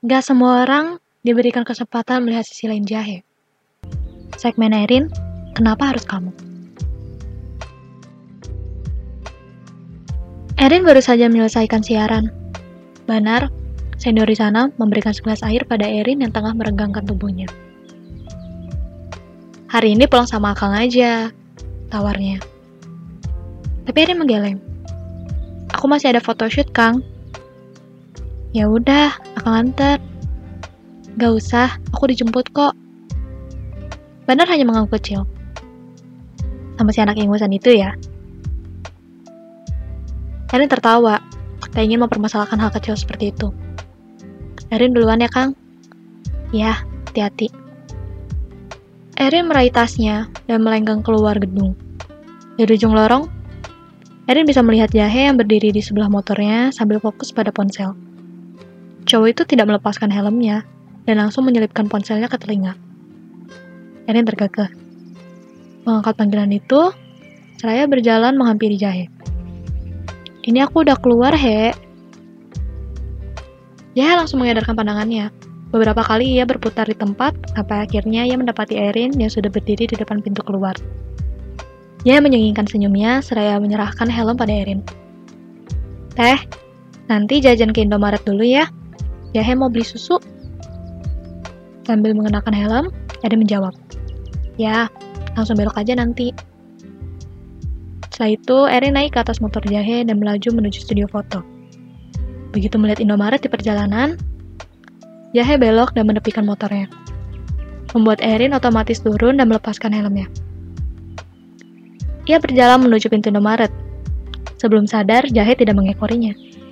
Gak semua orang diberikan kesempatan melihat sisi lain jahe. Segmen Erin, kenapa harus kamu? Erin baru saja menyelesaikan siaran. Banar, senior di sana memberikan segelas air pada Erin yang tengah meregangkan tubuhnya. Hari ini pulang sama Akang aja, tawarnya. Tapi Erin menggeleng. Aku masih ada photoshoot, Kang. Ya udah, Akang anter. Gak usah, aku dijemput kok. Banar hanya mengangguk kecil. Sama si anak ingusan itu ya. Erin tertawa, tak ingin mempermasalahkan hal kecil seperti itu. Erin duluan ya, Kang. Ya, hati-hati. Erin meraih tasnya dan melenggang keluar gedung. Di ujung lorong, Erin bisa melihat Jahe yang berdiri di sebelah motornya sambil fokus pada ponsel. Cowok itu tidak melepaskan helmnya dan langsung menyelipkan ponselnya ke telinga. Erin tergagah. Mengangkat panggilan itu, seraya berjalan menghampiri Jahe. Ini aku udah keluar, He. Jahe langsung mengedarkan pandangannya. Beberapa kali ia berputar di tempat, sampai akhirnya ia mendapati Erin yang sudah berdiri di depan pintu keluar. Ia menyengingkan senyumnya, seraya menyerahkan helm pada Erin. Teh, nanti jajan ke Indomaret dulu ya. Jahe mau beli susu. Sambil mengenakan helm, Erin menjawab. Ya, langsung belok aja nanti. Setelah itu, Erin naik ke atas motor Jahe dan melaju menuju studio foto. Begitu melihat Indomaret di perjalanan, Jahe belok dan menepikan motornya. Membuat Erin otomatis turun dan melepaskan helmnya. Ia berjalan menuju pintu Indomaret. Sebelum sadar, Jahe tidak mengekorinya.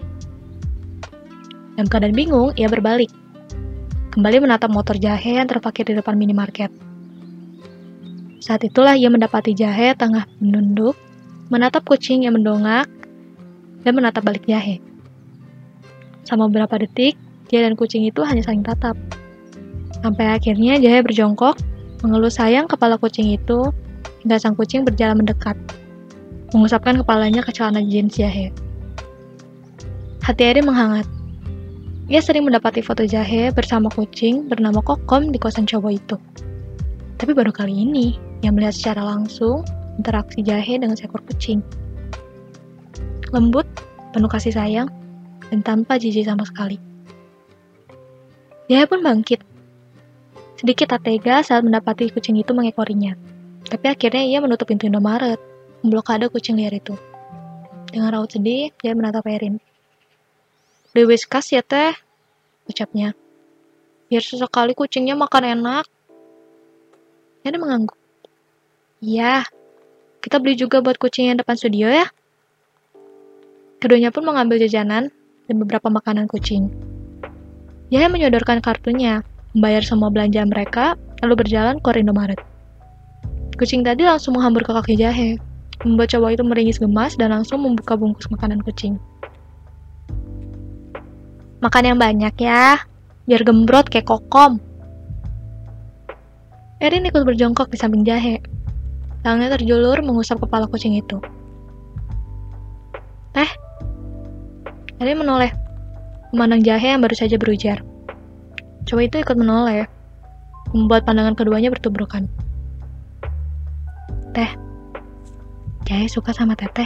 Dalam keadaan bingung, ia berbalik. Kembali menatap motor Jahe yang terparkir di depan minimarket. Saat itulah ia mendapati Jahe tengah menunduk, menatap kucing yang mendongak, dan menatap balik Jahe. Selama beberapa detik, dia dan kucing itu hanya saling tatap. Sampai akhirnya Jahe berjongkok, mengelus sayang kepala kucing itu, hingga sang kucing berjalan mendekat, mengusapkan kepalanya ke celana jeans Jahe. Hati Erin menghangat. Ia sering mendapati foto Jahe bersama kucing bernama Kokom di kosan cowok itu. Tapi baru kali ini, ia melihat secara langsung interaksi Jahe dengan seekor kucing. Lembut, penuh kasih sayang, dan tanpa jijik sama sekali. Jahe pun bangkit. Sedikit tak tega saat mendapati kucing itu mengekorinya. Tapi akhirnya ia menutup pintu Indomaret, memblokade kucing liar itu. Dengan raut sedih, dia menatap Erin. Beli Whiskas ya teh, ucapnya. Biar sesekali kucingnya makan enak. Erin mengangguk. Iya, kita beli juga buat kucing yang depan studio ya. Keduanya pun mengambil jajanan dan beberapa makanan kucing. Dia menyodorkan kartunya, membayar semua belanjaan mereka, lalu berjalan ke Indomaret. Kucing tadi langsung menghambur ke kaki Jahe, membuat cowok itu meringis gemas dan langsung membuka bungkus makanan kucing. Makan yang banyak ya, biar gembrot kayak Kokom. Erin ikut berjongkok di samping Jahe. Tangannya terjulur mengusap kepala kucing itu. Teh, Erin menoleh, memandang Jahe yang baru saja berujar. Cowok itu ikut menoleh, membuat pandangan keduanya bertubrukan. Teh, Jahe suka sama Teteh.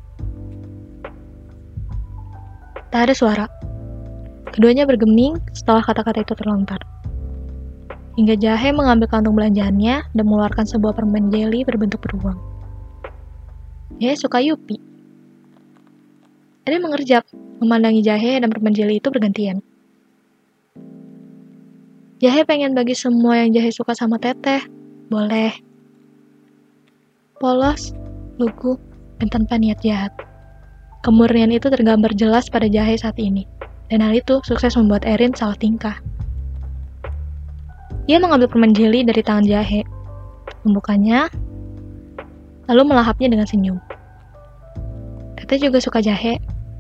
Tak ada suara. Keduanya bergeming setelah kata-kata itu terlontar. Hingga Jahe mengambil kantung belanjaannya dan mengeluarkan sebuah permen jelly berbentuk beruang. Jahe suka Yupi. Erin mengerjap, memandangi Jahe dan permen jelly itu bergantian. Jahe pengen bagi semua yang Jahe suka sama Teteh. Boleh. Polos, lugu, dan tanpa niat jahat. Kemurnian itu tergambar jelas pada Jahe saat ini. Dan hal itu sukses membuat Erin salah tingkah. Ia mengambil permen jelly dari tangan Jahe, membukanya, lalu melahapnya dengan senyum. Teteh juga suka Jahe.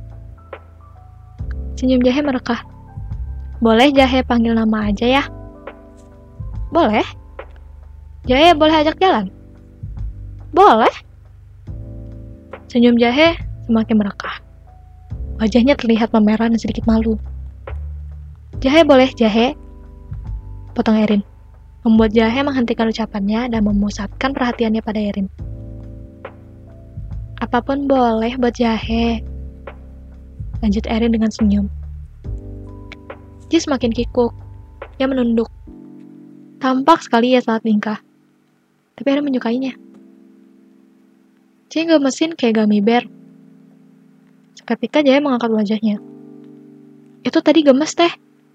Senyum Jahe merekah. Boleh Jahe panggil nama aja ya? Boleh. Jahe boleh ajak jalan? Boleh. Senyum Jahe semakin merekah. Wajahnya terlihat memerah dan sedikit malu. Jahe boleh, Jahe. Potong Erin. Membuat Jahe menghentikan ucapannya dan memusatkan perhatiannya pada Erin. Apapun boleh buat Jahe. Lanjut Erin dengan senyum. Ji semakin kikuk. Ia menunduk. Tampak sekali ia saat tingkah. Tapi Erin menyukainya. Ji gemesin kayak gummy bear. Seketika Jahe mengangkat wajahnya. Itu tadi gemes, Teh.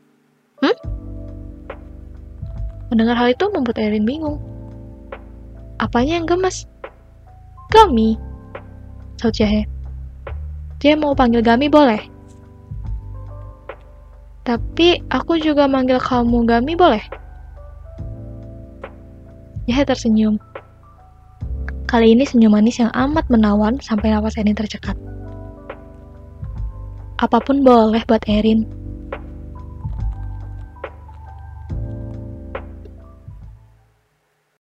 Mendengar hal itu membuat Erin bingung. Apanya yang gemes? Gummy. Saut Jahe. Jahe mau panggil Gummy boleh? Tapi aku juga manggil kamu Gummy boleh? Jahe tersenyum. Kali ini senyum manis yang amat menawan sampai napas Erin tercekat. Apapun boleh buat Erin.